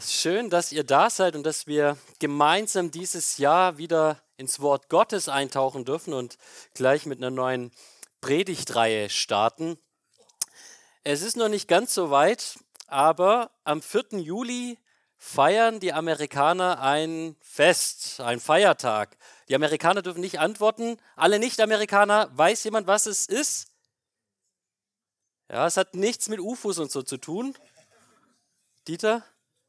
Schön, dass ihr da seid und dass wir gemeinsam dieses Jahr wieder ins Wort Gottes eintauchen dürfen und gleich mit einer neuen Predigtreihe starten. Es ist noch nicht ganz so weit, aber am 4. Juli feiern die Amerikaner ein Fest, einen Feiertag. Die Amerikaner dürfen nicht antworten. Alle Nicht-Amerikaner, weiß jemand, was es ist? Ja, es hat nichts mit UFOs und so zu tun. Dieter?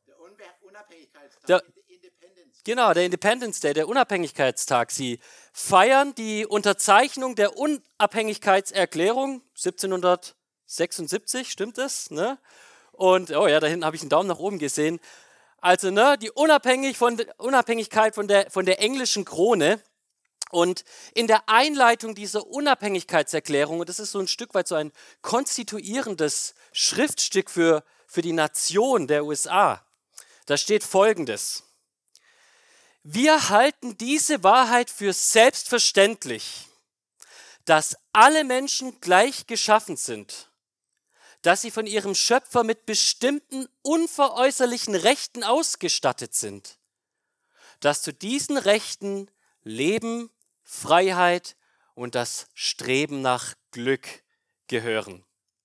Der, genau, der Independence Day, der Unabhängigkeitstag. Sie feiern die Unterzeichnung der Unabhängigkeitserklärung 1776, stimmt das? Ne? Und, oh ja, da hinten habe ich einen Daumen nach oben gesehen. Also, ne, die Unabhängigkeit von der englischen Krone. Und in der Einleitung dieser Unabhängigkeitserklärung, und das ist so ein Stück weit so ein konstituierendes Schriftstück für die Nation der USA, da steht Folgendes: Wir halten diese Wahrheit für selbstverständlich, dass alle Menschen gleich geschaffen sind, dass sie von ihrem Schöpfer mit bestimmten unveräußerlichen Rechten ausgestattet sind, dass zu diesen Rechten Leben, Freiheit und das Streben nach Glück gehören.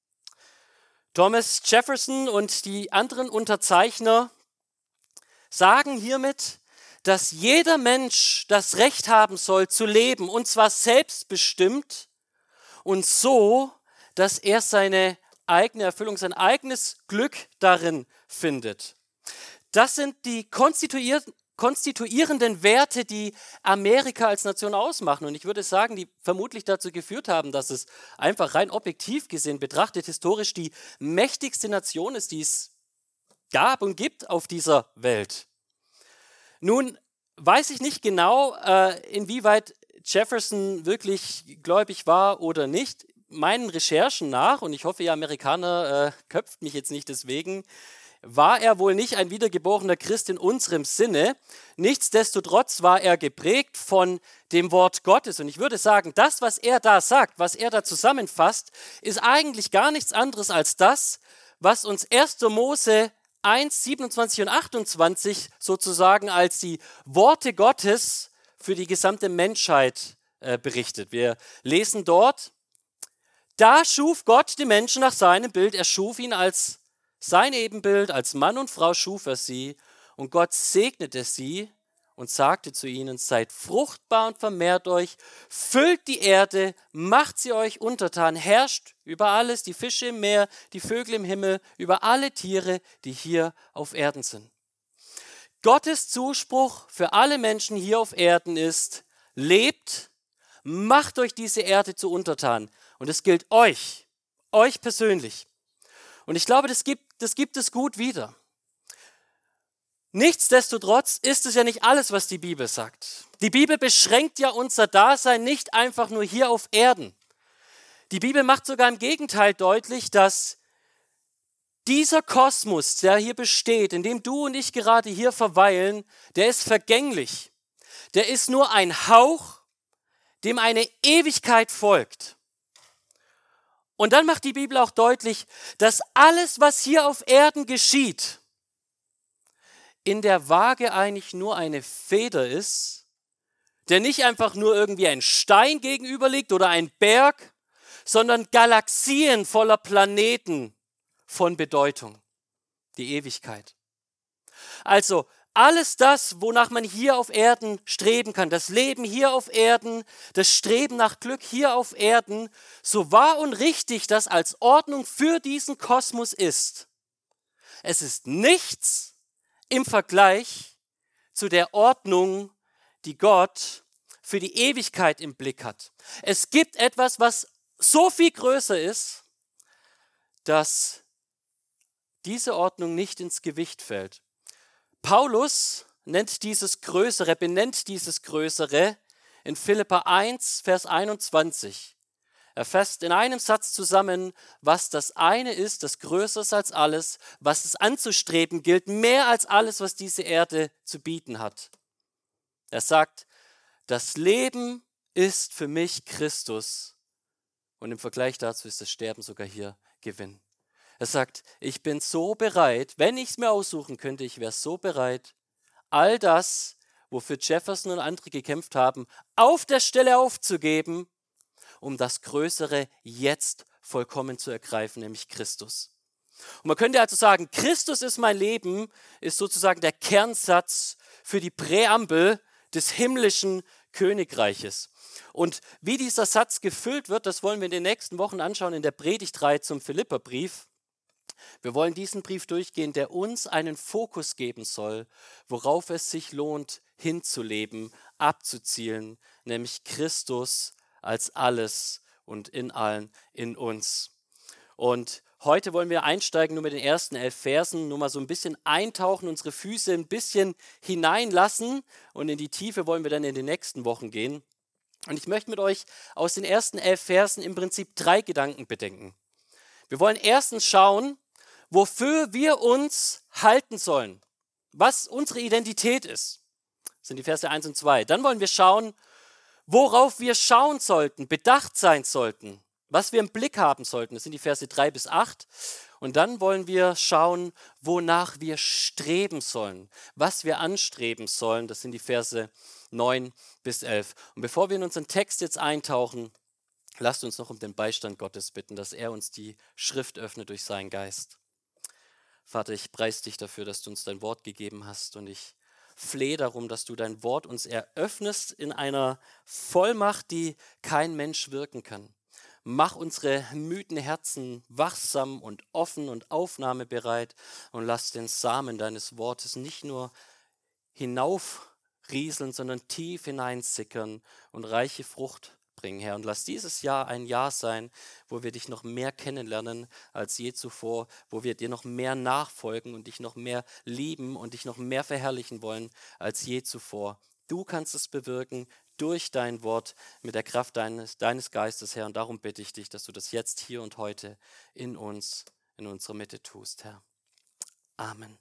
Thomas Jefferson und die anderen Unterzeichner sagen hiermit, dass jeder Mensch das Recht haben soll zu leben, und zwar selbstbestimmt und so, dass er seine eigene Erfüllung, sein eigenes Glück darin findet. Das sind die konstituierenden Werte, die Amerika als Nation ausmachen. Und ich würde sagen, die vermutlich dazu geführt haben, dass es einfach rein objektiv gesehen betrachtet, historisch die mächtigste Nation ist, die es gab und gibt auf dieser Welt. Nun weiß ich nicht genau, inwieweit Jefferson wirklich gläubig war oder nicht. Meinen Recherchen nach, und ich hoffe, ihr Amerikaner köpft mich jetzt nicht deswegen, war er wohl nicht ein wiedergeborener Christ in unserem Sinne. Nichtsdestotrotz war er geprägt von dem Wort Gottes. Und ich würde sagen, das, was er da sagt, was er da zusammenfasst, ist eigentlich gar nichts anderes als das, was uns 1. Mose 1, 27 und 28 sozusagen als die Worte Gottes für die gesamte Menschheit berichtet. Wir lesen dort: Da schuf Gott die Menschen nach seinem Bild, er schuf ihn als sein Ebenbild, als Mann und Frau schuf er sie, und Gott segnete sie und sagte zu ihnen: Seid fruchtbar und vermehrt euch, füllt die Erde, macht sie euch untertan, herrscht über alles, die Fische im Meer, die Vögel im Himmel, über alle Tiere, die hier auf Erden sind. Gottes Zuspruch für alle Menschen hier auf Erden ist: Lebt, macht euch diese Erde zu untertan. Und es gilt euch persönlich. Und ich glaube, das gibt es gut wieder. Nichtsdestotrotz ist es ja nicht alles, was die Bibel sagt. Die Bibel beschränkt ja unser Dasein nicht einfach nur hier auf Erden. Die Bibel macht sogar im Gegenteil deutlich, dass dieser Kosmos, der hier besteht, in dem du und ich gerade hier verweilen, der ist vergänglich. Der ist nur ein Hauch, dem eine Ewigkeit folgt. Und dann macht die Bibel auch deutlich, dass alles, was hier auf Erden geschieht, in der Waage eigentlich nur eine Feder ist, der nicht einfach nur irgendwie ein Stein gegenüber liegt oder ein Berg, sondern Galaxien voller Planeten von Bedeutung, die Ewigkeit. Also alles das, wonach man hier auf Erden streben kann, das Leben hier auf Erden, das Streben nach Glück hier auf Erden, so wahr und richtig das als Ordnung für diesen Kosmos ist. Es ist nichts im Vergleich zu der Ordnung, die Gott für die Ewigkeit im Blick hat. Es gibt etwas, was so viel größer ist, dass diese Ordnung nicht ins Gewicht fällt. Paulus benennt dieses Größere in Philipper 1, Vers 21. Er fasst in einem Satz zusammen, was das eine ist, das größer ist als alles, was es anzustreben gilt, mehr als alles, was diese Erde zu bieten hat. Er sagt: Das Leben ist für mich Christus, und im Vergleich dazu ist das Sterben sogar hier Gewinn. Er sagt, ich bin so bereit, wenn ich es mir aussuchen könnte, ich wäre so bereit, all das, wofür Jefferson und andere gekämpft haben, auf der Stelle aufzugeben, um das Größere jetzt vollkommen zu ergreifen, nämlich Christus. Und man könnte also sagen, Christus ist mein Leben, ist sozusagen der Kernsatz für die Präambel des himmlischen Königreiches. Und wie dieser Satz gefüllt wird, das wollen wir in den nächsten Wochen anschauen in der Predigtreihe zum Philipperbrief. Wir wollen diesen Brief durchgehen, der uns einen Fokus geben soll, worauf es sich lohnt, hinzuleben, abzuzielen, nämlich Christus als alles und in allen in uns. Und heute wollen wir einsteigen nur mit den ersten 11 Versen, nur mal so ein bisschen eintauchen, unsere Füße ein bisschen hineinlassen und in die Tiefe wollen wir dann in den nächsten Wochen gehen. Und ich möchte mit euch aus den ersten 11 Versen im Prinzip 3 Gedanken bedenken. Wir wollen erstens schauen, wofür wir uns halten sollen, was unsere Identität ist. Das sind die Verse 1 und 2. Dann wollen wir schauen, worauf wir schauen sollten, bedacht sein sollten, was wir im Blick haben sollten. Das sind die Verse 3 bis 8. Und dann wollen wir schauen, wonach wir streben sollen, was wir anstreben sollen. Das sind die Verse 9 bis 11. Und bevor wir in unseren Text jetzt eintauchen, lasst uns noch um den Beistand Gottes bitten, dass er uns die Schrift öffnet durch seinen Geist. Vater, ich preise dich dafür, dass du uns dein Wort gegeben hast und ich flehe darum, dass du dein Wort uns eröffnest in einer Vollmacht, die kein Mensch wirken kann. Mach unsere müden Herzen wachsam und offen und aufnahmebereit und lass den Samen deines Wortes nicht nur hinaufrieseln, sondern tief hineinsickern und reiche Frucht bringen, Herr. Und lass dieses Jahr ein Jahr sein, wo wir dich noch mehr kennenlernen als je zuvor, wo wir dir noch mehr nachfolgen und dich noch mehr lieben und dich noch mehr verherrlichen wollen als je zuvor. Du kannst es bewirken durch dein Wort mit der Kraft deines Geistes, Herr. Und darum bitte ich dich, dass du das jetzt, hier und heute in uns, in unserer Mitte tust, Herr. Amen.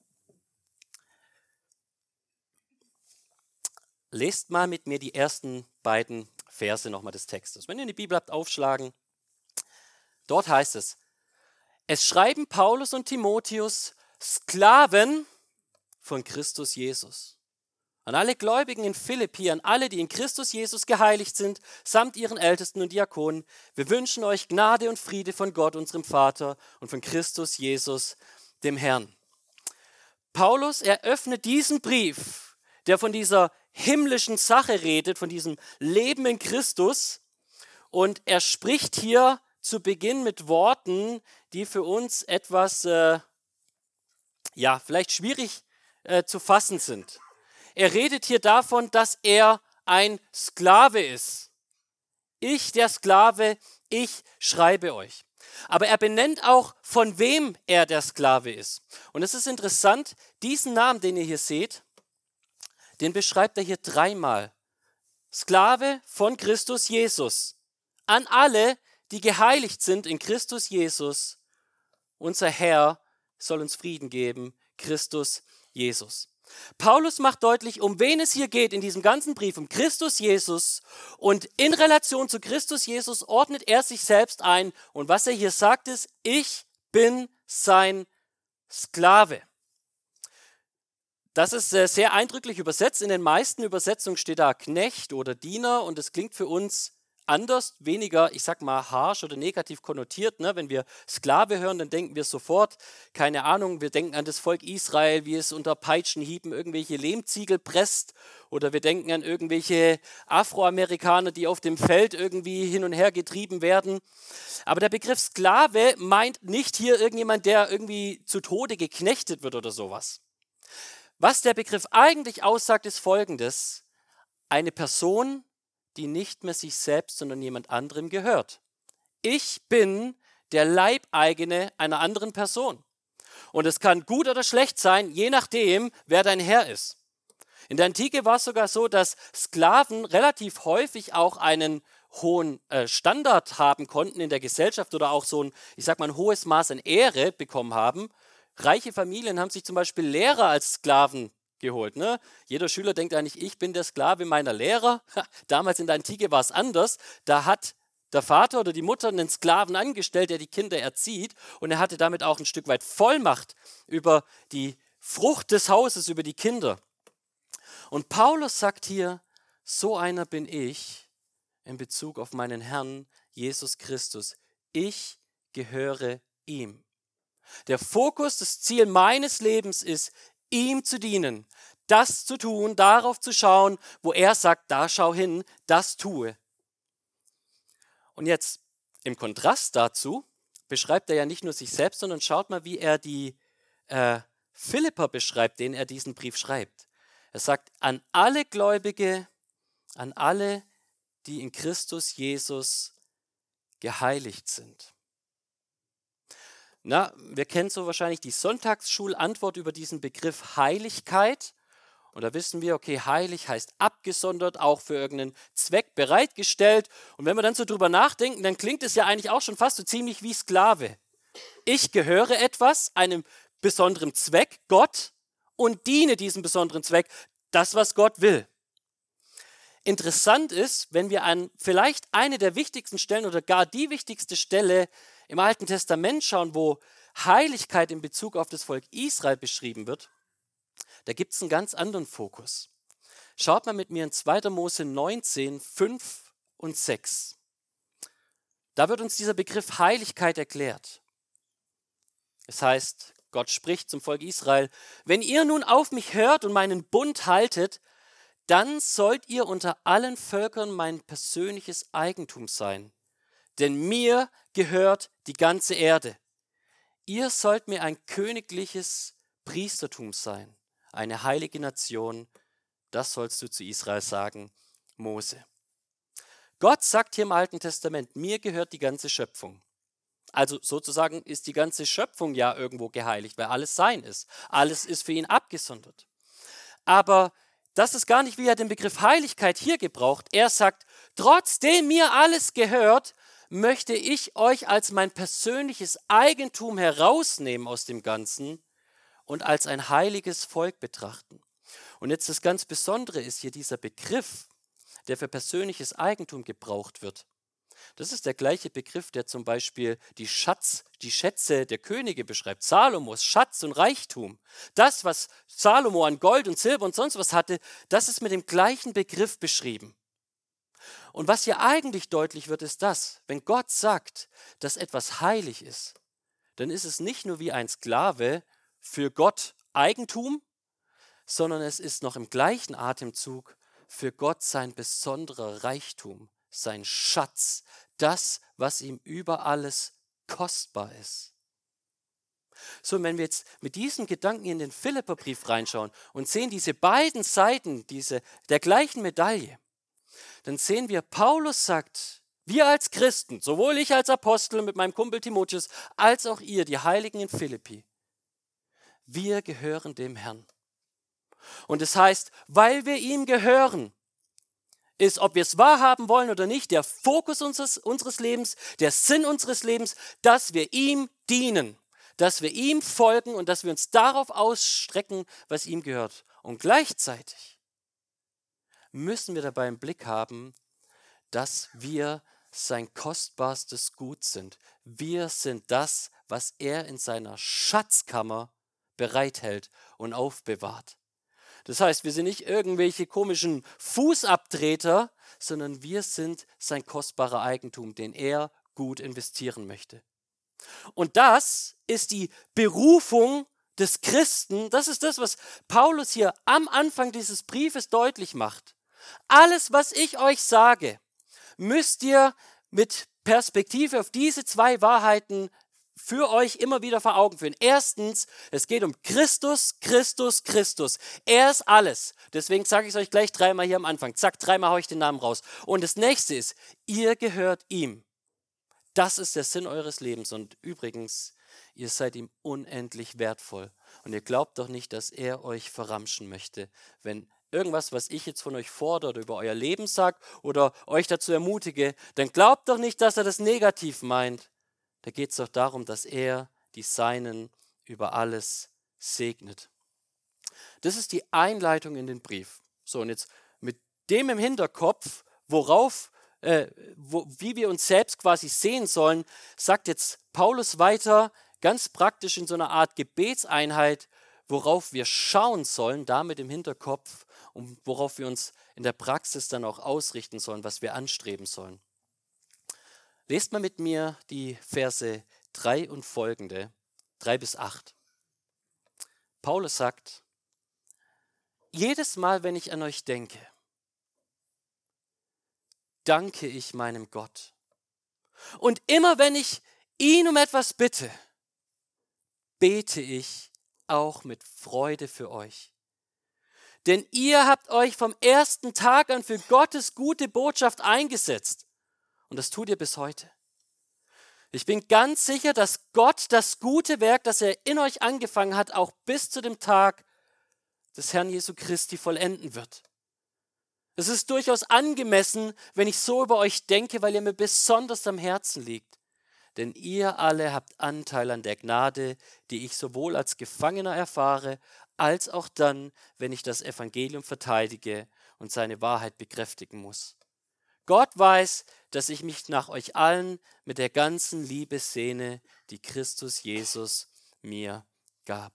Lest mal mit mir die ersten beiden Verse nochmal des Textes. Wenn ihr die Bibel habt, aufschlagen. Dort heißt es, es schreiben Paulus und Timotheus, Sklaven von Christus Jesus. An alle Gläubigen in Philippi, an alle, die in Christus Jesus geheiligt sind, samt ihren Ältesten und Diakonen, wir wünschen euch Gnade und Friede von Gott, unserem Vater, und von Christus Jesus, dem Herrn. Paulus eröffnet diesen Brief, der von dieser himmlischen Sache redet, von diesem Leben in Christus. Und er spricht hier zu Beginn mit Worten, die für uns etwas, vielleicht schwierig zu fassen sind. Er redet hier davon, dass er ein Sklave ist. Ich, der Sklave, ich schreibe euch. Aber er benennt auch, von wem er der Sklave ist. Und es ist interessant, diesen Namen, den ihr hier seht, den beschreibt er hier 3-mal. Sklave von Christus Jesus. An alle, die geheiligt sind in Christus Jesus. Unser Herr soll uns Frieden geben, Christus Jesus. Paulus macht deutlich, um wen es hier geht in diesem ganzen Brief, um Christus Jesus. Und in Relation zu Christus Jesus ordnet er sich selbst ein. Und was er hier sagt ist, ich bin sein Sklave. Das ist sehr eindrücklich übersetzt. In den meisten Übersetzungen steht da Knecht oder Diener und es klingt für uns anders, weniger, ich sag mal, harsch oder negativ konnotiert. Ne? Wenn wir Sklave hören, dann denken wir sofort, keine Ahnung, wir denken an das Volk Israel, wie es unter Peitschenhieben irgendwelche Lehmziegel presst, oder wir denken an irgendwelche Afroamerikaner, die auf dem Feld irgendwie hin und her getrieben werden. Aber der Begriff Sklave meint nicht hier irgendjemand, der irgendwie zu Tode geknechtet wird oder sowas. Was der Begriff eigentlich aussagt, ist Folgendes: Eine Person, die nicht mehr sich selbst, sondern jemand anderem gehört. Ich bin der Leibeigene einer anderen Person. Und es kann gut oder schlecht sein, je nachdem, wer dein Herr ist. In der Antike war es sogar so, dass Sklaven relativ häufig auch einen hohen Standard haben konnten in der Gesellschaft oder auch so ein hohes Maß an Ehre bekommen haben. Reiche Familien haben sich zum Beispiel Lehrer als Sklaven geholt. Ne? Jeder Schüler denkt eigentlich, ich bin der Sklave meiner Lehrer. Damals in der Antike war es anders. Da hat der Vater oder die Mutter einen Sklaven angestellt, der die Kinder erzieht, und er hatte damit auch ein Stück weit Vollmacht über die Frucht des Hauses, über die Kinder. Und Paulus sagt hier, so einer bin ich in Bezug auf meinen Herrn Jesus Christus. Ich gehöre ihm. Der Fokus, das Ziel meines Lebens ist, ihm zu dienen, das zu tun, darauf zu schauen, wo er sagt, da schau hin, das tue. Und jetzt im Kontrast dazu beschreibt er ja nicht nur sich selbst, sondern schaut mal, wie er die Philipper beschreibt, denen er diesen Brief schreibt. Er sagt, an alle Gläubige, an alle, die in Christus Jesus geheiligt sind. Na, wir kennen so wahrscheinlich die Sonntagsschulantwort über diesen Begriff Heiligkeit. Und da wissen wir, okay, heilig heißt abgesondert, auch für irgendeinen Zweck bereitgestellt. Und wenn wir dann so drüber nachdenken, dann klingt es ja eigentlich auch schon fast so ziemlich wie Sklave. Ich gehöre etwas, einem besonderen Zweck, Gott, und diene diesem besonderen Zweck, das, was Gott will. Interessant ist, wenn wir an vielleicht eine der wichtigsten Stellen oder gar die wichtigste Stelle im Alten Testament schauen, wo Heiligkeit in Bezug auf das Volk Israel beschrieben wird, da gibt es einen ganz anderen Fokus. Schaut mal mit mir in 2. Mose 19, 5 und 6. Da wird uns dieser Begriff Heiligkeit erklärt. Es heißt, Gott spricht zum Volk Israel, wenn ihr nun auf mich hört und meinen Bund haltet, dann sollt ihr unter allen Völkern mein persönliches Eigentum sein. Denn mir gehört die ganze Erde. Ihr sollt mir ein königliches Priestertum sein, eine heilige Nation. Das sollst du zu Israel sagen, Mose. Gott sagt hier im Alten Testament, mir gehört die ganze Schöpfung. Also sozusagen ist die ganze Schöpfung ja irgendwo geheiligt, weil alles sein ist. Alles ist für ihn abgesondert. Aber das ist gar nicht, wie er den Begriff Heiligkeit hier gebraucht. Er sagt, trotzdem mir alles gehört, möchte ich euch als mein persönliches Eigentum herausnehmen aus dem Ganzen und als ein heiliges Volk betrachten. Und jetzt das ganz Besondere ist hier dieser Begriff, der für persönliches Eigentum gebraucht wird. Das ist der gleiche Begriff, der zum Beispiel die Schätze der Könige beschreibt. Salomos Schatz und Reichtum. Das, was Salomo an Gold und Silber und sonst was hatte, das ist mit dem gleichen Begriff beschrieben. Und was hier eigentlich deutlich wird, ist das, wenn Gott sagt, dass etwas heilig ist, dann ist es nicht nur wie ein Sklave für Gott Eigentum, sondern es ist noch im gleichen Atemzug für Gott sein besonderer Reichtum, sein Schatz, das, was ihm über alles kostbar ist. So, und wenn wir jetzt mit diesem Gedanken in den Philipperbrief reinschauen und sehen diese beiden Seiten der gleichen Medaille, dann sehen wir, Paulus sagt, wir als Christen, sowohl ich als Apostel mit meinem Kumpel Timotheus, als auch ihr, die Heiligen in Philippi, wir gehören dem Herrn. Und es heißt, weil wir ihm gehören, ist, ob wir es wahrhaben wollen oder nicht, der Fokus unseres Lebens, der Sinn unseres Lebens, dass wir ihm dienen, dass wir ihm folgen und dass wir uns darauf ausstrecken, was ihm gehört. Und gleichzeitig müssen wir dabei im Blick haben, dass wir sein kostbarstes Gut sind. Wir sind das, was er in seiner Schatzkammer bereithält und aufbewahrt. Das heißt, wir sind nicht irgendwelche komischen Fußabtreter, sondern wir sind sein kostbarer Eigentum, den er gut investieren möchte. Und das ist die Berufung des Christen. Das ist das, was Paulus hier am Anfang dieses Briefes deutlich macht. Alles, was ich euch sage, müsst ihr mit Perspektive auf diese zwei Wahrheiten für euch immer wieder vor Augen führen. Erstens, es geht um Christus, Christus, Christus. Er ist alles. Deswegen sage ich es euch gleich dreimal hier am Anfang. Zack, dreimal haue ich den Namen raus. Und das nächste ist, ihr gehört ihm. Das ist der Sinn eures Lebens. Und übrigens, ihr seid ihm unendlich wertvoll. Und ihr glaubt doch nicht, dass er euch verramschen möchte, wenn irgendwas, was ich jetzt von euch fordere oder über euer Leben sage oder euch dazu ermutige, dann glaubt doch nicht, dass er das negativ meint. Da geht es doch darum, dass er die Seinen über alles segnet. Das ist die Einleitung in den Brief. So, und jetzt mit dem im Hinterkopf, worauf wie wir uns selbst quasi sehen sollen, sagt jetzt Paulus weiter, ganz praktisch in so einer Art Gebetseinheit, worauf wir schauen sollen, damit im Hinterkopf, und worauf wir uns in der Praxis dann auch ausrichten sollen, was wir anstreben sollen. Lest mal mit mir die Verse 3 und folgende, 3 bis 8. Paulus sagt, jedes Mal, wenn ich an euch denke, danke ich meinem Gott. Und immer wenn ich ihn um etwas bitte, bete ich auch mit Freude für euch. Denn ihr habt euch vom ersten Tag an für Gottes gute Botschaft eingesetzt. Und das tut ihr bis heute. Ich bin ganz sicher, dass Gott das gute Werk, das er in euch angefangen hat, auch bis zu dem Tag des Herrn Jesu Christi vollenden wird. Es ist durchaus angemessen, wenn ich so über euch denke, weil ihr mir besonders am Herzen liegt. Denn ihr alle habt Anteil an der Gnade, die ich sowohl als Gefangener erfahre, als auch dann, wenn ich das Evangelium verteidige und seine Wahrheit bekräftigen muss. Gott weiß, dass ich mich nach euch allen mit der ganzen Liebe sehne, die Christus Jesus mir gab.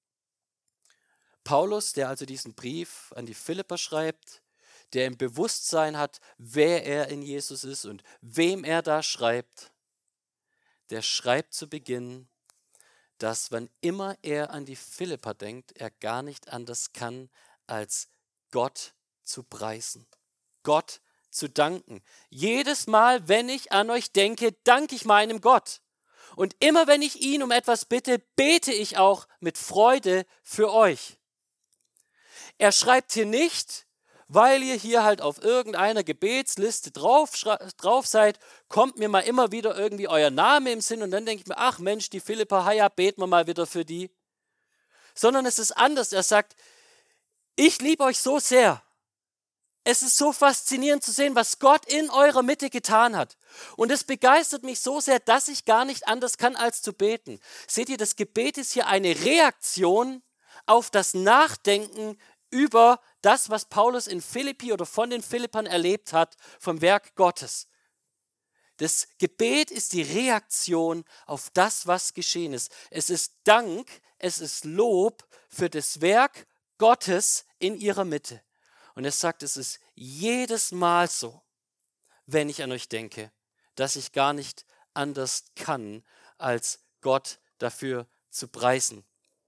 Paulus, der also diesen Brief an die Philipper schreibt, der im Bewusstsein hat, wer er in Jesus ist und wem er da schreibt, der schreibt zu Beginn, dass wann immer er an die Philipper denkt, er gar nicht anders kann, als Gott zu preisen, Gott zu danken. Jedes Mal, wenn ich an euch denke, danke ich meinem Gott. Und immer wenn ich ihn um etwas bitte, bete ich auch mit Freude für euch. Er schreibt hier nicht, weil ihr hier halt auf irgendeiner Gebetsliste drauf seid, kommt mir mal immer wieder irgendwie euer Name im Sinn und dann denke ich mir, ach Mensch, die Philipper, ja, beten wir mal wieder für die. Sondern es ist anders. Er sagt, ich liebe euch so sehr. Es ist so faszinierend zu sehen, was Gott in eurer Mitte getan hat. Und es begeistert mich so sehr, dass ich gar nicht anders kann, als zu beten. Seht ihr, das Gebet ist hier eine Reaktion auf das Nachdenken über das, was Paulus in Philippi oder von den Philippern erlebt hat, vom Werk Gottes. Das Gebet ist die Reaktion auf das, was geschehen ist. Es ist Dank, es ist Lob für das Werk Gottes in ihrer Mitte. Und er sagt, es ist jedes Mal so, wenn ich an euch denke, dass ich gar nicht anders kann, als Gott dafür zu preisen.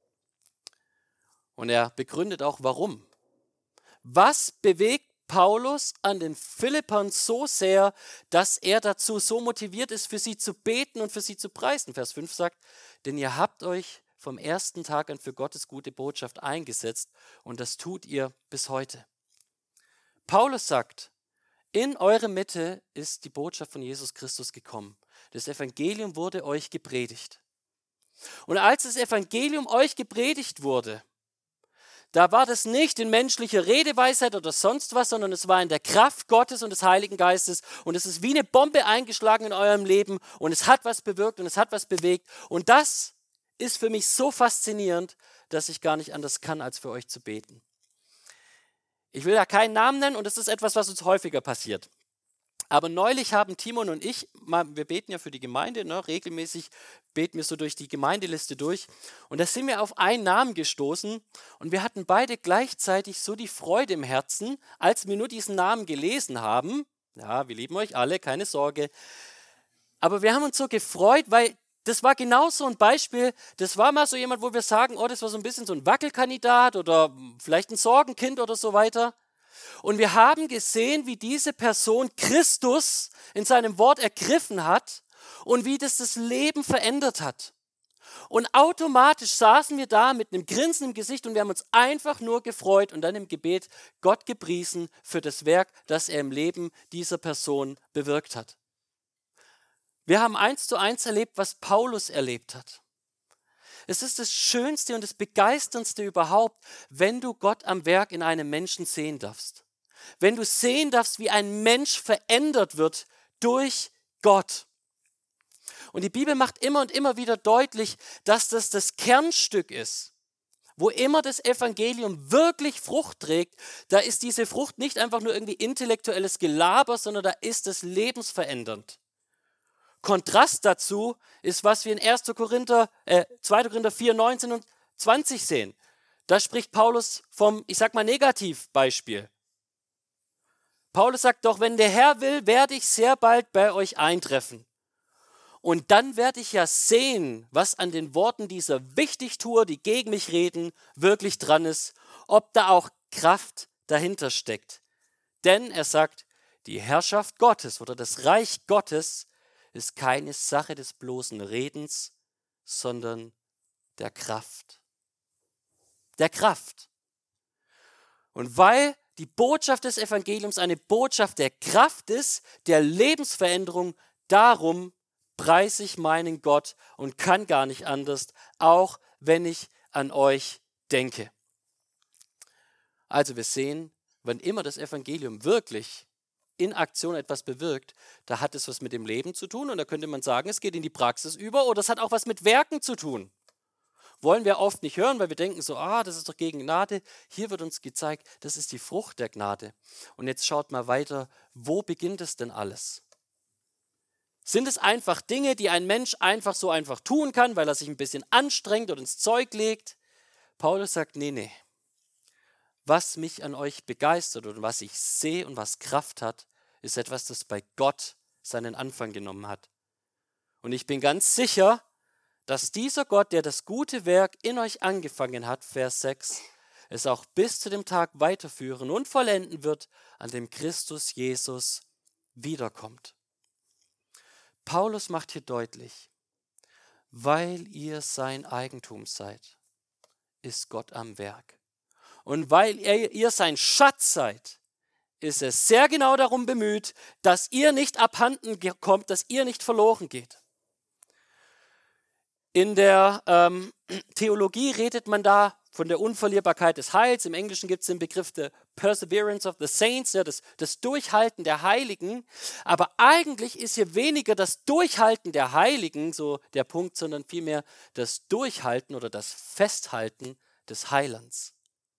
Und er begründet auch, warum. Was bewegt Paulus an den Philippern so sehr, dass er dazu so motiviert ist, für sie zu beten und für sie zu preisen? Vers 5 sagt, denn ihr habt euch vom ersten Tag an für Gottes gute Botschaft eingesetzt und das tut ihr bis heute. Paulus sagt, in eure Mitte ist die Botschaft von Jesus Christus gekommen. Das Evangelium wurde euch gepredigt. Und als das Evangelium euch gepredigt wurde, da war das nicht in menschlicher Redeweisheit oder sonst was, sondern es war in der Kraft Gottes und des Heiligen Geistes und es ist wie eine Bombe eingeschlagen in eurem Leben und es hat was bewirkt und es hat was bewegt und das ist für mich so faszinierend, dass ich gar nicht anders kann, als für euch zu beten. Ich will ja keinen Namen nennen und das ist etwas, was uns häufiger passiert. Aber neulich haben Timon und ich, wir beten ja für die Gemeinde, ne, regelmäßig beten wir so durch die Gemeindeliste durch. Und da sind wir auf einen Namen gestoßen und wir hatten beide gleichzeitig so die Freude im Herzen, als wir nur diesen Namen gelesen haben. Ja, wir lieben euch alle, keine Sorge. Aber wir haben uns so gefreut, weil das war genau so ein Beispiel, das war mal so jemand, wo wir sagen, oh, das war so ein bisschen so ein Wackelkandidat oder vielleicht ein Sorgenkind oder so weiter. Und wir haben gesehen, wie diese Person Christus in seinem Wort ergriffen hat und wie das Leben verändert hat. Und automatisch saßen wir da mit einem Grinsen im Gesicht und wir haben uns einfach nur gefreut und dann im Gebet Gott gepriesen für das Werk, das er im Leben dieser Person bewirkt hat. Wir haben 1:1 erlebt, was Paulus erlebt hat. Es ist das Schönste und das Begeisterndste überhaupt, wenn du Gott am Werk in einem Menschen sehen darfst. Wenn du sehen darfst, wie ein Mensch verändert wird durch Gott. Und die Bibel macht immer und immer wieder deutlich, dass das das Kernstück ist, Wo immer das Evangelium wirklich Frucht trägt, da ist diese Frucht nicht einfach nur irgendwie intellektuelles Gelaber, sondern da ist es lebensverändernd. Kontrast dazu ist, was wir in 2. Korinther 4, 19 und 20 sehen. Da spricht Paulus vom, ich sag mal, Negativbeispiel. Paulus sagt doch, wenn der Herr will, werde ich sehr bald bei euch eintreffen. Und dann werde ich ja sehen, was an den Worten dieser Wichtigtuer, die gegen mich reden, wirklich dran ist, ob da auch Kraft dahinter steckt. Denn er sagt, die Herrschaft Gottes oder das Reich Gottes ist keine Sache des bloßen Redens, sondern der Kraft. Der Kraft. Und weil die Botschaft des Evangeliums eine Botschaft der Kraft ist, der Lebensveränderung, darum preise ich meinen Gott und kann gar nicht anders, auch wenn ich an euch denke. Also wir sehen, wenn immer das Evangelium wirklich in Aktion etwas bewirkt, da hat es was mit dem Leben zu tun und da könnte man sagen, es geht in die Praxis über oder es hat auch was mit Werken zu tun. Wollen wir oft nicht hören, weil wir denken so, das ist doch gegen Gnade. Hier wird uns gezeigt, das ist die Frucht der Gnade. Und jetzt schaut mal weiter, wo beginnt es denn alles? Sind es einfach Dinge, die ein Mensch einfach tun kann, weil er sich ein bisschen anstrengt oder ins Zeug legt? Paulus sagt, nee. Was mich an euch begeistert und was ich sehe und was Kraft hat, ist etwas, das bei Gott seinen Anfang genommen hat. Und ich bin ganz sicher, dass dieser Gott, der das gute Werk in euch angefangen hat, Vers 6, es auch bis zu dem Tag weiterführen und vollenden wird, an dem Christus Jesus wiederkommt. Paulus macht hier deutlich, weil ihr sein Eigentum seid, ist Gott am Werk. Und weil ihr sein Schatz seid, ist er sehr genau darum bemüht, dass ihr nicht abhanden kommt, dass ihr nicht verloren geht. In der Theologie redet man da von der Unverlierbarkeit des Heils. Im Englischen gibt es den Begriff der Perseverance of the Saints, ja, das Durchhalten der Heiligen. Aber eigentlich ist hier weniger das Durchhalten der Heiligen so der Punkt, sondern vielmehr das Durchhalten oder das Festhalten des Heilands.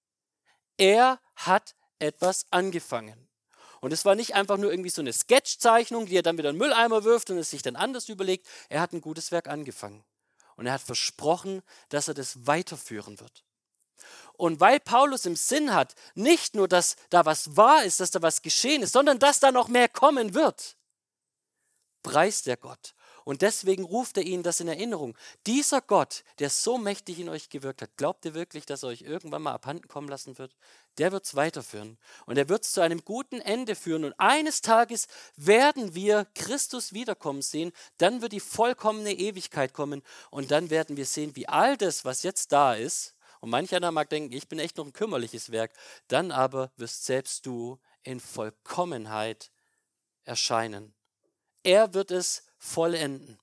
Er hat etwas angefangen. Und es war nicht einfach nur irgendwie so eine Sketchzeichnung, die er dann wieder in den Mülleimer wirft und es sich dann anders überlegt. Er hat ein gutes Werk angefangen. Und er hat versprochen, dass er das weiterführen wird. Und weil Paulus im Sinn hat, nicht nur, dass da was wahr ist, dass da was geschehen ist, sondern dass da noch mehr kommen wird, preist er Gott. Und deswegen ruft er ihnen das in Erinnerung. Dieser Gott, der so mächtig in euch gewirkt hat, glaubt ihr wirklich, dass er euch irgendwann mal abhanden kommen lassen wird? Der wird es weiterführen. Und er wird es zu einem guten Ende führen. Und eines Tages werden wir Christus wiederkommen sehen. Dann wird die vollkommene Ewigkeit kommen. Und dann werden wir sehen, wie all das, was jetzt da ist, und manch einer mag denken, ich bin echt noch ein kümmerliches Werk, dann aber wirst selbst du in Vollkommenheit erscheinen. Er wird es vollenden.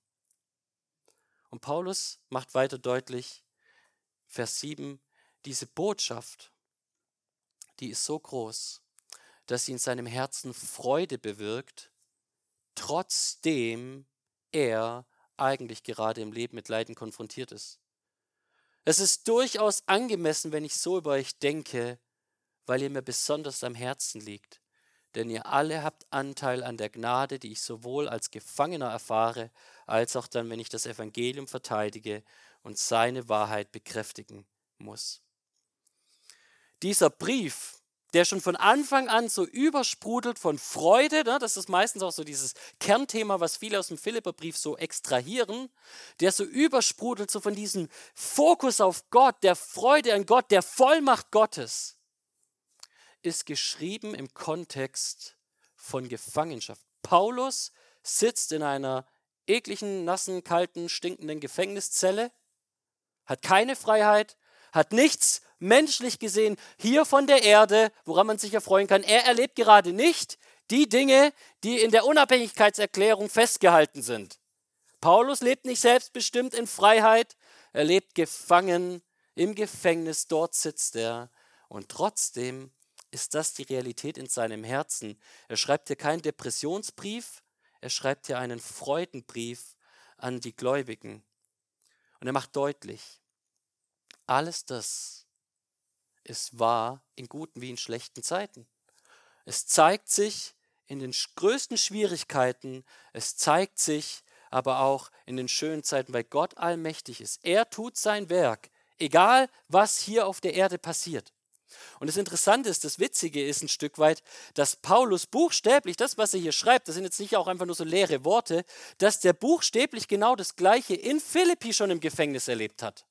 Und Paulus macht weiter deutlich, Vers 7, diese Botschaft, die ist so groß, dass sie in seinem Herzen Freude bewirkt, trotzdem er eigentlich gerade im Leben mit Leiden konfrontiert ist. Es ist durchaus angemessen, wenn ich so über euch denke, weil ihr mir besonders am Herzen liegt. Denn ihr alle habt Anteil an der Gnade, die ich sowohl als Gefangener erfahre, als auch dann, wenn ich das Evangelium verteidige und seine Wahrheit bekräftigen muss. Dieser Brief, der schon von Anfang an so übersprudelt von Freude, das ist meistens auch so dieses Kernthema, was viele aus dem Philipperbrief so extrahieren, der so übersprudelt so von diesem Fokus auf Gott, der Freude an Gott, der Vollmacht Gottes, ist geschrieben im Kontext von Gefangenschaft. Paulus sitzt in einer ekligen, nassen, kalten, stinkenden Gefängniszelle, hat keine Freiheit, hat nichts menschlich gesehen hier von der Erde, woran man sich erfreuen kann. Er erlebt gerade nicht die Dinge, die in der Unabhängigkeitserklärung festgehalten sind. Paulus lebt nicht selbstbestimmt in Freiheit, er lebt gefangen im Gefängnis, dort sitzt er und trotzdem ist das die Realität in seinem Herzen. Er schreibt hier keinen Depressionsbrief, er schreibt hier einen Freudenbrief an die Gläubigen. Und er macht deutlich, alles das, ist wahr in guten wie in schlechten Zeiten. Es zeigt sich in den größten Schwierigkeiten, es zeigt sich aber auch in den schönen Zeiten, weil Gott allmächtig ist. Er tut sein Werk, egal was hier auf der Erde passiert. Und das Interessante ist, das Witzige ist ein Stück weit, dass Paulus buchstäblich, das, was er hier schreibt, das sind jetzt nicht auch einfach nur so leere Worte, dass der buchstäblich genau das Gleiche in Philippi schon im Gefängnis erlebt hat.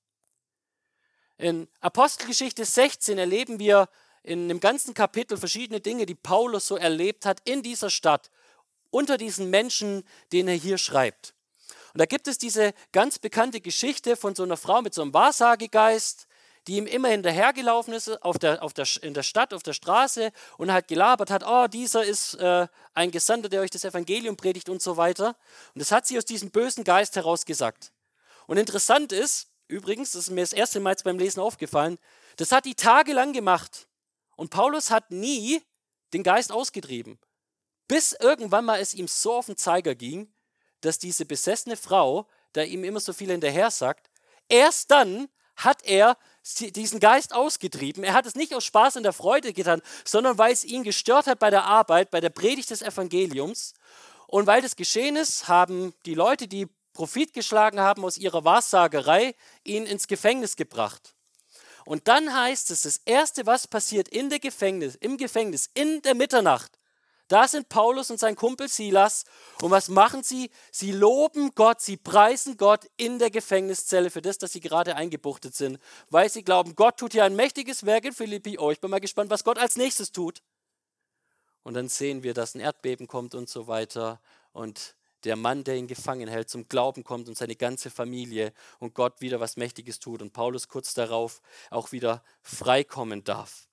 In Apostelgeschichte 16 erleben wir in dem ganzen Kapitel verschiedene Dinge, die Paulus so erlebt hat in dieser Stadt, unter diesen Menschen, denen er hier schreibt. Und da gibt es diese ganz bekannte Geschichte von so einer Frau mit so einem Wahrsagegeist, die ihm immer hinterhergelaufen ist in der Stadt, auf der Straße und halt gelabert hat, oh, dieser ist ein Gesandter, der euch das Evangelium predigt und so weiter. Und das hat sie aus diesem bösen Geist heraus gesagt. Und interessant ist, übrigens, das ist mir das erste Mal jetzt beim Lesen aufgefallen, das hat die tagelang gemacht. Und Paulus hat nie den Geist ausgetrieben, bis irgendwann mal es ihm so auf den Zeiger ging, dass diese besessene Frau, da ihm immer so viel hinterher sagt, erst dann hat er diesen Geist ausgetrieben. Er hat es nicht aus Spaß und der Freude getan, sondern weil es ihn gestört hat bei der Arbeit, bei der Predigt des Evangeliums. Und weil das geschehen ist, haben die Leute, die Profit geschlagen haben aus ihrer Wahrsagerei, ihn ins Gefängnis gebracht. Und dann heißt es, das Erste, was passiert im Gefängnis, in der Mitternacht, da sind Paulus und sein Kumpel Silas. Und was machen sie? Sie loben Gott, sie preisen Gott in der Gefängniszelle für das, dass sie gerade eingebuchtet sind. Weil sie glauben, Gott tut hier ein mächtiges Werk in Philippi. Oh, ich bin mal gespannt, was Gott als nächstes tut. Und dann sehen wir, dass ein Erdbeben kommt und so weiter. Und der Mann, der ihn gefangen hält, zum Glauben kommt und seine ganze Familie und Gott wieder was Mächtiges tut und Paulus kurz darauf auch wieder freikommen darf.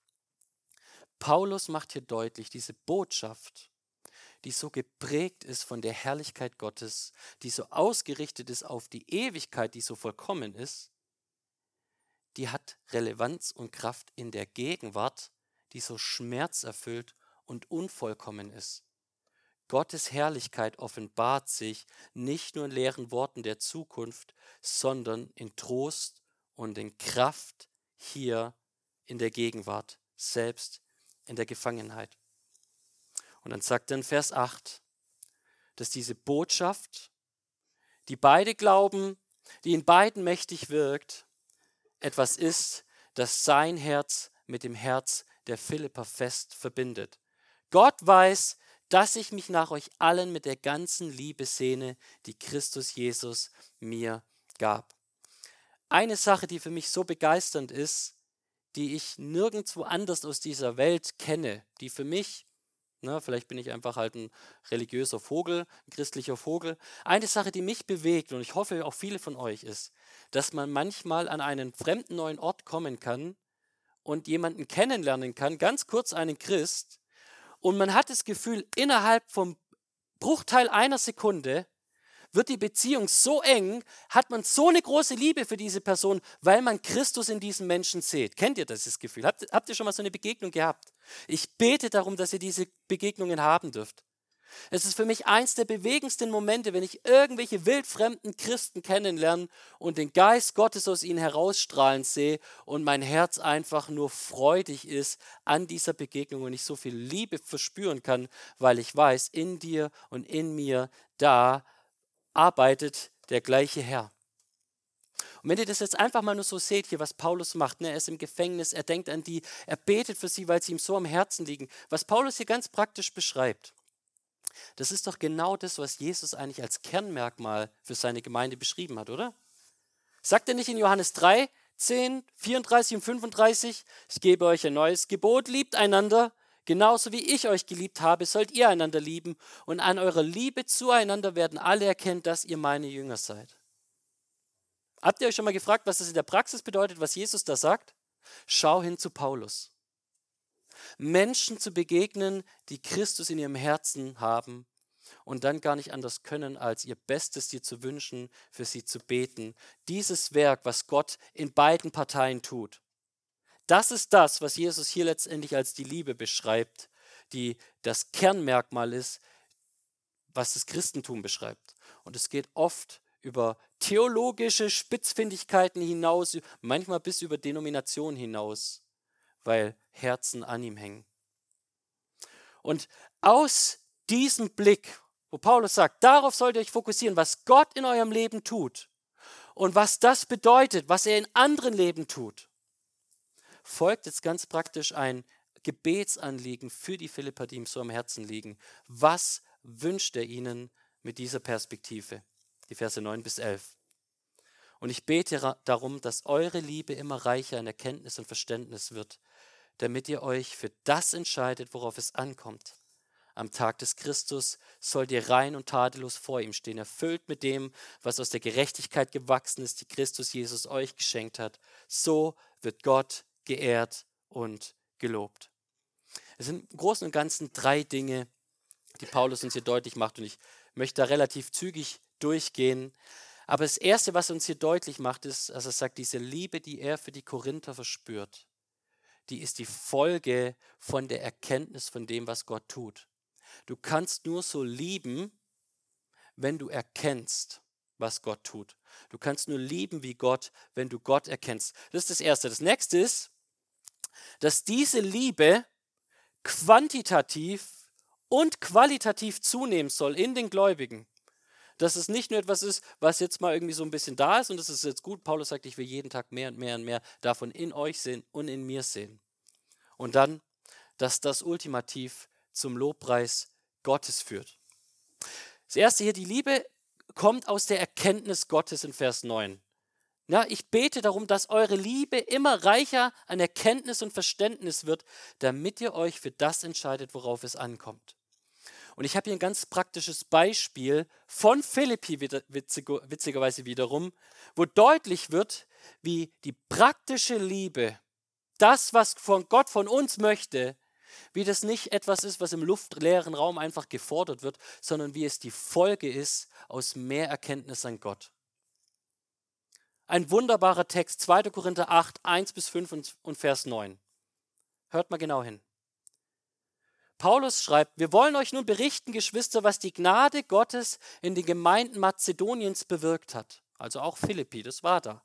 Paulus macht hier deutlich, diese Botschaft, die so geprägt ist von der Herrlichkeit Gottes, die so ausgerichtet ist auf die Ewigkeit, die so vollkommen ist, die hat Relevanz und Kraft in der Gegenwart, die so schmerzerfüllt und unvollkommen ist. Gottes Herrlichkeit offenbart sich nicht nur in leeren Worten der Zukunft, sondern in Trost und in Kraft hier in der Gegenwart, selbst in der Gefangenheit. Und dann sagt er in Vers 8, dass diese Botschaft, die beide glauben, die in beiden mächtig wirkt, etwas ist, das sein Herz mit dem Herz der Philipper fest verbindet. Gott weiß, dass ich mich nach euch allen mit der ganzen Liebe sehne, die Christus Jesus mir gab. Eine Sache, die für mich so begeisternd ist, die ich nirgendwo anders aus dieser Welt kenne, die für mich, vielleicht bin ich einfach halt ein religiöser Vogel, ein christlicher Vogel, eine Sache, die mich bewegt und ich hoffe auch viele von euch ist, dass man manchmal an einen fremden neuen Ort kommen kann und jemanden kennenlernen kann, ganz kurz einen Christ, und man hat das Gefühl, innerhalb vom Bruchteil einer Sekunde wird die Beziehung so eng, hat man so eine große Liebe für diese Person, weil man Christus in diesem Menschen sieht. Kennt ihr das Gefühl? Habt ihr schon mal so eine Begegnung gehabt? Ich bete darum, dass ihr diese Begegnungen haben dürft. Es ist für mich eins der bewegendsten Momente, wenn ich irgendwelche wildfremden Christen kennenlerne und den Geist Gottes aus ihnen herausstrahlen sehe und mein Herz einfach nur freudig ist an dieser Begegnung und ich so viel Liebe verspüren kann, weil ich weiß, in dir und in mir, da arbeitet der gleiche Herr. Und wenn ihr das jetzt einfach mal nur so seht, hier was Paulus macht, er ist im Gefängnis, er denkt an die, er betet für sie, weil sie ihm so am Herzen liegen, was Paulus hier ganz praktisch beschreibt. Das ist doch genau das, was Jesus eigentlich als Kernmerkmal für seine Gemeinde beschrieben hat, oder? Sagt er nicht in Johannes 3, 10, 34 und 35, ich gebe euch ein neues Gebot, liebt einander, genauso wie ich euch geliebt habe, sollt ihr einander lieben und an eurer Liebe zueinander werden alle erkennen, dass ihr meine Jünger seid. Habt ihr euch schon mal gefragt, was das in der Praxis bedeutet, was Jesus da sagt? Schau hin zu Paulus. Menschen zu begegnen, die Christus in ihrem Herzen haben und dann gar nicht anders können, als ihr Bestes dir zu wünschen, für sie zu beten. Dieses Werk, was Gott in beiden Parteien tut, das ist das, was Jesus hier letztendlich als die Liebe beschreibt, die das Kernmerkmal ist, was das Christentum beschreibt. Und es geht oft über theologische Spitzfindigkeiten hinaus, manchmal bis über Denominationen hinaus, weil Herzen an ihm hängen. Und aus diesem Blick, wo Paulus sagt, darauf sollt ihr euch fokussieren, was Gott in eurem Leben tut und was das bedeutet, was er in anderen Leben tut, folgt jetzt ganz praktisch ein Gebetsanliegen für die Philipper, die ihm so am Herzen liegen. Was wünscht er ihnen mit dieser Perspektive? Die Verse 9 bis 11. Und ich bete darum, dass eure Liebe immer reicher an Erkenntnis und Verständnis wird, damit ihr euch für das entscheidet, worauf es ankommt. Am Tag des Christus sollt ihr rein und tadellos vor ihm stehen, erfüllt mit dem, was aus der Gerechtigkeit gewachsen ist, die Christus Jesus euch geschenkt hat. So wird Gott geehrt und gelobt. Es sind im Großen und Ganzen 3 Dinge, die Paulus uns hier deutlich macht, und ich möchte da relativ zügig durchgehen. Aber das Erste, was er uns hier deutlich macht, ist, dass er sagt, diese Liebe, die er für die Korinther verspürt, die ist die Folge von der Erkenntnis von dem, was Gott tut. Du kannst nur so lieben, wenn du erkennst, was Gott tut. Du kannst nur lieben wie Gott, wenn du Gott erkennst. Das ist das Erste. Das Nächste ist, dass diese Liebe quantitativ und qualitativ zunehmen soll in den Gläubigen. Dass es nicht nur etwas ist, was jetzt mal irgendwie so ein bisschen da ist und das ist jetzt gut. Paulus sagt, ich will jeden Tag mehr und mehr und mehr davon in euch sehen und in mir sehen. Und dann, dass das ultimativ zum Lobpreis Gottes führt. Das Erste hier, die Liebe kommt aus der Erkenntnis Gottes in Vers 9. Ja, ich bete darum, dass eure Liebe immer reicher an Erkenntnis und Verständnis wird, damit ihr euch für das entscheidet, worauf es ankommt. Und ich habe hier ein ganz praktisches Beispiel von Philippi, witzigerweise wiederum, wo deutlich wird, wie die praktische Liebe, das, was von Gott von uns möchte, wie das nicht etwas ist, was im luftleeren Raum einfach gefordert wird, sondern wie es die Folge ist aus mehr Erkenntnis an Gott. Ein wunderbarer Text, 2. Korinther 8, 1-5 und Vers 9. Hört mal genau hin. Paulus schreibt, wir wollen euch nun berichten, Geschwister, was die Gnade Gottes in den Gemeinden Mazedoniens bewirkt hat. Also auch Philippi, das war da.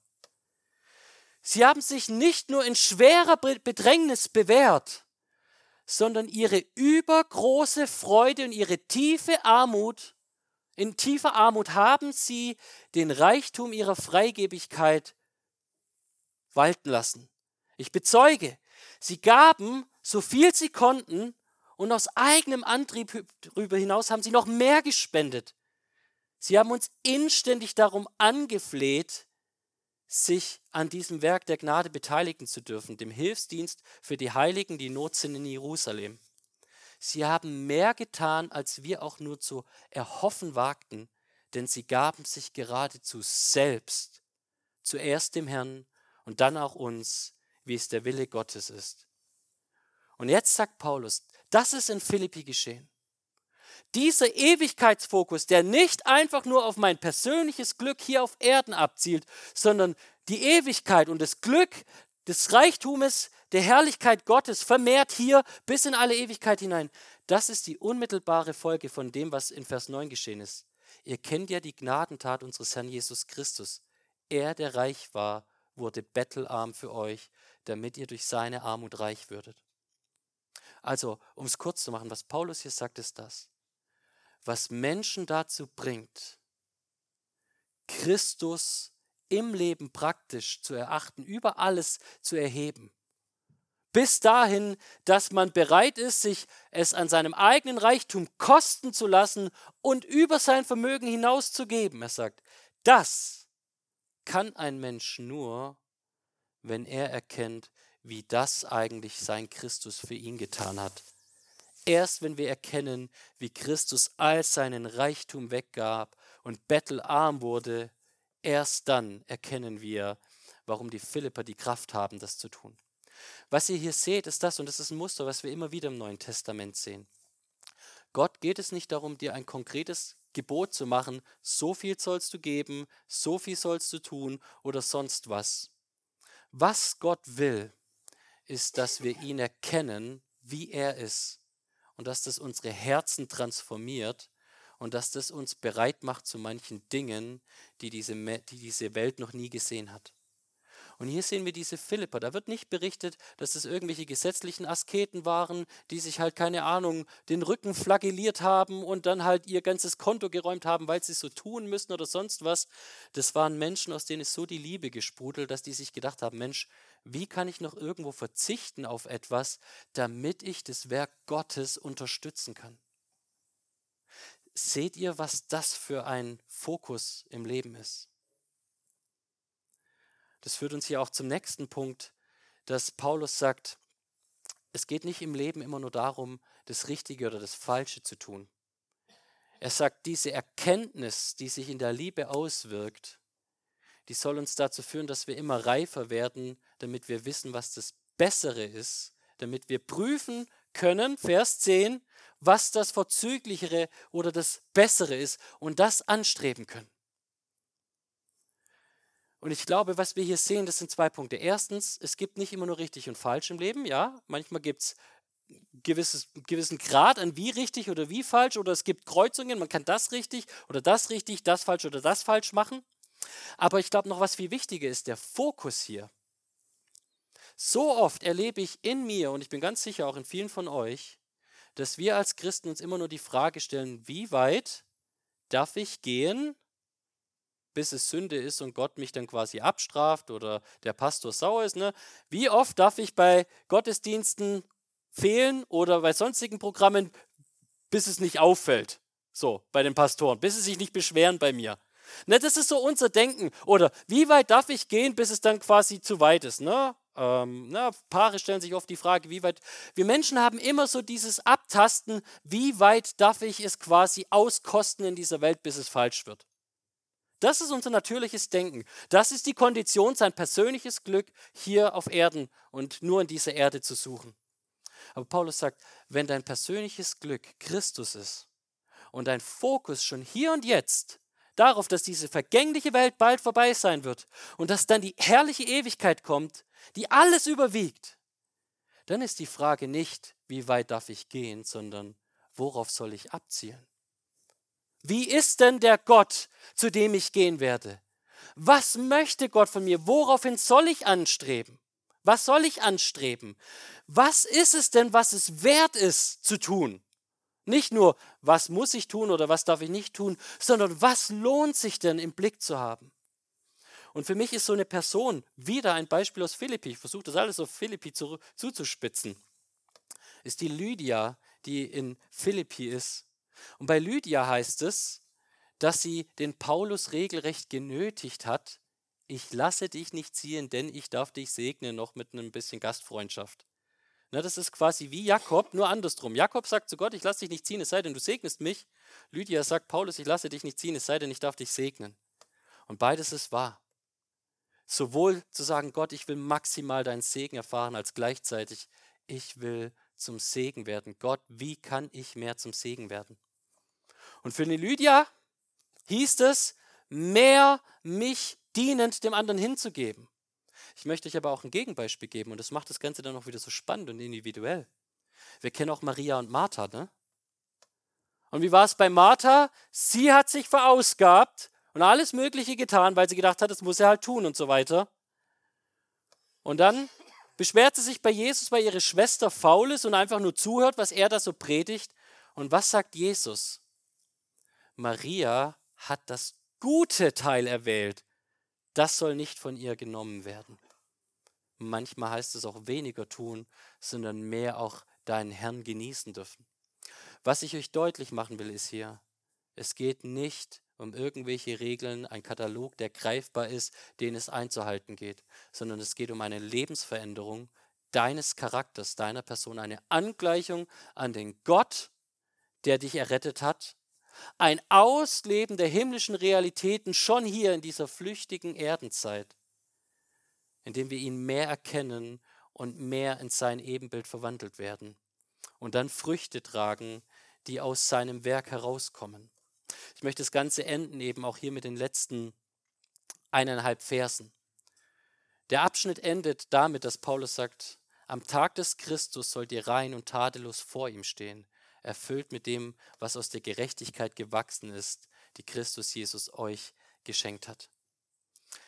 Sie haben sich nicht nur in schwerer Bedrängnis bewährt, sondern ihre übergroße Freude und ihre in tiefer Armut haben sie den Reichtum ihrer Freigebigkeit walten lassen. Ich bezeuge, sie gaben, so viel sie konnten, und aus eigenem Antrieb darüber hinaus haben sie noch mehr gespendet. Sie haben uns inständig darum angefleht, sich an diesem Werk der Gnade beteiligen zu dürfen, dem Hilfsdienst für die Heiligen, die in Not sind in Jerusalem. Sie haben mehr getan, als wir auch nur zu erhoffen wagten, denn sie gaben sich geradezu selbst, zuerst dem Herrn und dann auch uns, wie es der Wille Gottes ist. Und jetzt sagt Paulus, das ist in Philippi geschehen. Dieser Ewigkeitsfokus, der nicht einfach nur auf mein persönliches Glück hier auf Erden abzielt, sondern die Ewigkeit und das Glück des Reichtumes, der Herrlichkeit Gottes vermehrt hier bis in alle Ewigkeit hinein. Das ist die unmittelbare Folge von dem, was in Vers 9 geschehen ist. Ihr kennt ja die Gnadentat unseres Herrn Jesus Christus. Er, der reich war, wurde bettelarm für euch, damit ihr durch seine Armut reich würdet. Also, um es kurz zu machen, was Paulus hier sagt, ist das. Was Menschen dazu bringt, Christus im Leben praktisch zu erachten, über alles zu erheben. Bis dahin, dass man bereit ist, sich es an seinem eigenen Reichtum kosten zu lassen und über sein Vermögen hinauszugeben. Er sagt, das kann ein Mensch nur, wenn er erkennt, wie das eigentlich sein Christus für ihn getan hat. Erst wenn wir erkennen, wie Christus all seinen Reichtum weggab und bettelarm wurde, erst dann erkennen wir, warum die Philipper die Kraft haben, das zu tun. Was ihr hier seht, ist das, und das ist ein Muster, was wir immer wieder im Neuen Testament sehen. Gott geht es nicht darum, dir ein konkretes Gebot zu machen, so viel sollst du geben, so viel sollst du tun oder sonst was. Was Gott will, ist, dass wir ihn erkennen, wie er ist und dass das unsere Herzen transformiert und dass das uns bereit macht zu manchen Dingen, die diese Welt noch nie gesehen hat. Und hier sehen wir diese Philipper. Da wird nicht berichtet, dass es irgendwelche gesetzlichen Asketen waren, die sich halt, keine Ahnung, den Rücken flagelliert haben und dann halt ihr ganzes Konto geräumt haben, weil sie es so tun müssen oder sonst was. Das waren Menschen, aus denen ist so die Liebe gesprudelt, dass die sich gedacht haben, Mensch, wie kann ich noch irgendwo verzichten auf etwas, damit ich das Werk Gottes unterstützen kann? Seht ihr, was das für ein Fokus im Leben ist? Das führt uns hier auch zum nächsten Punkt, dass Paulus sagt, es geht nicht im Leben immer nur darum, das Richtige oder das Falsche zu tun. Er sagt, diese Erkenntnis, die sich in der Liebe auswirkt, die soll uns dazu führen, dass wir immer reifer werden, damit wir wissen, was das Bessere ist, damit wir prüfen können, Vers 10, was das Vorzüglichere oder das Bessere ist und das anstreben können. Und ich glaube, was wir hier sehen, das sind 2 Punkte. Erstens, es gibt nicht immer nur richtig und falsch im Leben. Ja, manchmal gibt es einen gewissen Grad an wie richtig oder wie falsch, oder es gibt Kreuzungen, man kann das richtig, das falsch oder das falsch machen. Aber ich glaube noch, was viel wichtiger ist, der Fokus hier. So oft erlebe ich in mir, und ich bin ganz sicher auch in vielen von euch, dass wir als Christen uns immer nur die Frage stellen, wie weit darf ich gehen, bis es Sünde ist und Gott mich dann quasi abstraft oder der Pastor sauer ist. Ne? Wie oft darf ich bei Gottesdiensten fehlen oder bei sonstigen Programmen, bis es nicht auffällt? So, bei den Pastoren, bis sie sich nicht beschweren bei mir. Ne, das ist so unser Denken. Oder wie weit darf ich gehen, bis es dann quasi zu weit ist? Ne? Paare stellen sich oft die Frage, wie weit. Wir Menschen haben immer so dieses Abtasten, wie weit darf ich es quasi auskosten in dieser Welt, bis es falsch wird. Das ist unser natürliches Denken. Das ist die Kondition, sein persönliches Glück hier auf Erden und nur in dieser Erde zu suchen. Aber Paulus sagt, wenn dein persönliches Glück Christus ist und dein Fokus schon hier und jetzt darauf, dass diese vergängliche Welt bald vorbei sein wird und dass dann die herrliche Ewigkeit kommt, die alles überwiegt, dann ist die Frage nicht, wie weit darf ich gehen, sondern worauf soll ich abzielen? Wie ist denn der Gott, zu dem ich gehen werde? Was möchte Gott von mir? Woraufhin soll ich anstreben? Was soll ich anstreben? Was ist es denn, was es wert ist zu tun? Nicht nur, was muss ich tun oder was darf ich nicht tun, sondern was lohnt sich denn im Blick zu haben? Und für mich ist so eine Person, wieder ein Beispiel aus Philippi, ich versuche das alles auf Philippi zuzuspitzen, ist die Lydia, die in Philippi ist. Und bei Lydia heißt es, dass sie den Paulus regelrecht genötigt hat, ich lasse dich nicht ziehen, denn ich darf dich segnen, noch mit einem bisschen Gastfreundschaft. Na, das ist quasi wie Jakob, nur andersrum. Jakob sagt zu Gott, ich lasse dich nicht ziehen, es sei denn, du segnest mich. Lydia sagt, Paulus, ich lasse dich nicht ziehen, es sei denn, ich darf dich segnen. Und beides ist wahr. Sowohl zu sagen, Gott, ich will maximal deinen Segen erfahren, als gleichzeitig, ich will zum Segen werden. Gott, wie kann ich mehr zum Segen werden? Und für eine Lydia hieß es, mehr mich dienend dem anderen hinzugeben. Ich möchte euch aber auch ein Gegenbeispiel geben und das macht das Ganze dann auch wieder so spannend und individuell. Wir kennen auch Maria und Martha, ne? Und wie war es bei Martha? Sie hat sich verausgabt und alles Mögliche getan, weil sie gedacht hat, das muss er halt tun und so weiter. Und dann beschwert sie sich bei Jesus, weil ihre Schwester faul ist und einfach nur zuhört, was er da so predigt. Und was sagt Jesus? Maria hat das gute Teil erwählt. Das soll nicht von ihr genommen werden. Manchmal heißt es auch weniger tun, sondern mehr auch deinen Herrn genießen dürfen. Was ich euch deutlich machen will, ist hier, es geht nicht um irgendwelche Regeln, ein Katalog, der greifbar ist, den es einzuhalten geht, sondern es geht um eine Lebensveränderung deines Charakters, deiner Person, eine Angleichung an den Gott, der dich errettet hat, ein Ausleben der himmlischen Realitäten schon hier in dieser flüchtigen Erdenzeit, indem wir ihn mehr erkennen und mehr in sein Ebenbild verwandelt werden und dann Früchte tragen, die aus seinem Werk herauskommen. Ich möchte das Ganze enden eben auch hier mit den letzten 1,5 Versen. Der Abschnitt endet damit, dass Paulus sagt, am Tag des Christus sollt ihr rein und tadellos vor ihm stehen, erfüllt mit dem, was aus der Gerechtigkeit gewachsen ist, die Christus Jesus euch geschenkt hat.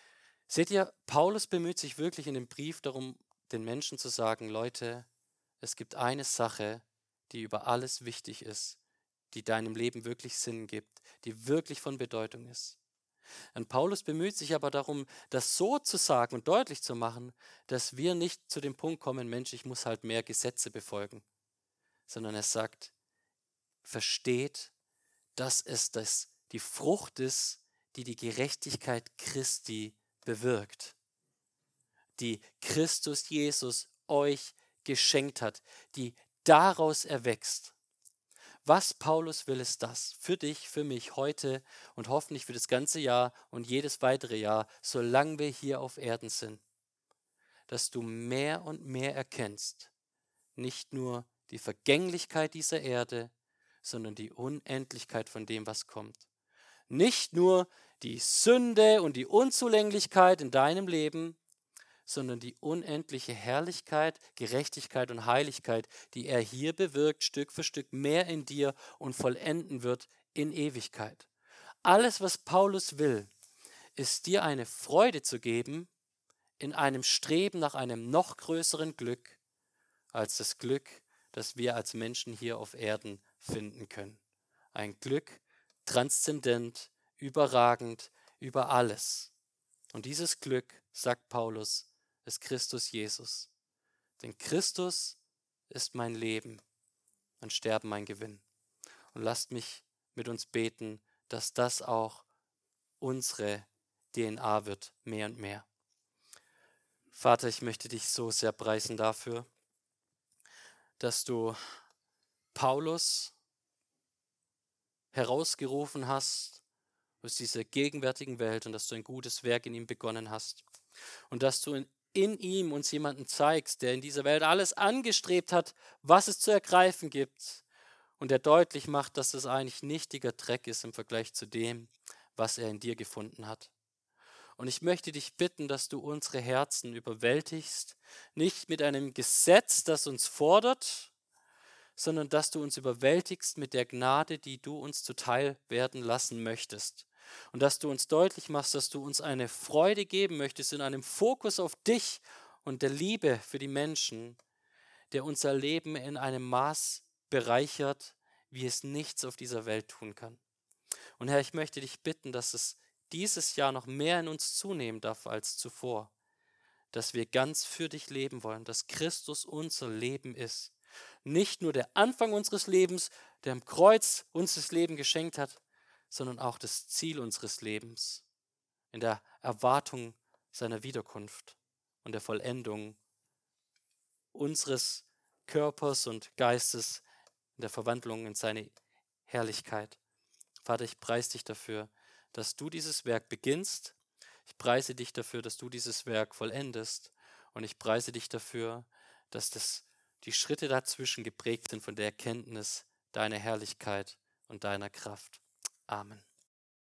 Seht ihr, Paulus bemüht sich wirklich in dem Brief darum, den Menschen zu sagen, Leute, es gibt eine Sache, die über alles wichtig ist, die deinem Leben wirklich Sinn gibt, die wirklich von Bedeutung ist. Und Paulus bemüht sich aber darum, das so zu sagen und deutlich zu machen, dass wir nicht zu dem Punkt kommen, Mensch, ich muss halt mehr Gesetze befolgen, sondern er sagt, versteht, dass es die Frucht ist, die die Gerechtigkeit Christi bewirkt, die Christus Jesus euch geschenkt hat, die daraus erwächst. Was Paulus will, ist das für dich, für mich heute und hoffentlich für das ganze Jahr und jedes weitere Jahr, solange wir hier auf Erden sind, dass du mehr und mehr erkennst, nicht nur die Vergänglichkeit dieser Erde, sondern die Unendlichkeit von dem, was kommt. Nicht nur die Sünde und die Unzulänglichkeit in deinem Leben, sondern die unendliche Herrlichkeit, Gerechtigkeit und Heiligkeit, die er hier bewirkt, Stück für Stück mehr in dir und vollenden wird in Ewigkeit. Alles, was Paulus will, ist dir eine Freude zu geben in einem Streben nach einem noch größeren Glück als das Glück, das wir als Menschen hier auf Erden finden können. Ein Glück transzendent, überragend, über alles. Und dieses Glück, sagt Paulus, ist Christus Jesus. Denn Christus ist mein Leben und Sterben mein Gewinn. Und lasst mich mit uns beten, dass das auch unsere DNA wird, mehr und mehr. Vater, ich möchte dich so sehr preisen dafür, dass du Paulus herausgerufen hast aus dieser gegenwärtigen Welt und dass du ein gutes Werk in ihm begonnen hast. Und dass du in ihm uns jemanden zeigst, der in dieser Welt alles angestrebt hat, was es zu ergreifen gibt. Und der deutlich macht, dass es eigentlich nichtiger Dreck ist im Vergleich zu dem, was er in dir gefunden hat. Und ich möchte dich bitten, dass du unsere Herzen überwältigst, nicht mit einem Gesetz, das uns fordert, sondern dass du uns überwältigst mit der Gnade, die du uns zuteil werden lassen möchtest. Und dass du uns deutlich machst, dass du uns eine Freude geben möchtest in einem Fokus auf dich und der Liebe für die Menschen, der unser Leben in einem Maß bereichert, wie es nichts auf dieser Welt tun kann. Und Herr, ich möchte dich bitten, dass es dieses Jahr noch mehr in uns zunehmen darf als zuvor, dass wir ganz für dich leben wollen, dass Christus unser Leben ist. Nicht nur der Anfang unseres Lebens, der am Kreuz uns das Leben geschenkt hat, sondern auch das Ziel unseres Lebens in der Erwartung seiner Wiederkunft und der Vollendung unseres Körpers und Geistes in der Verwandlung in seine Herrlichkeit. Vater, ich preise dich dafür, dass du dieses Werk beginnst. Ich preise dich dafür, dass du dieses Werk vollendest. Und ich preise dich dafür, dass die Schritte dazwischen geprägt sind von der Erkenntnis deiner Herrlichkeit und deiner Kraft. Amen.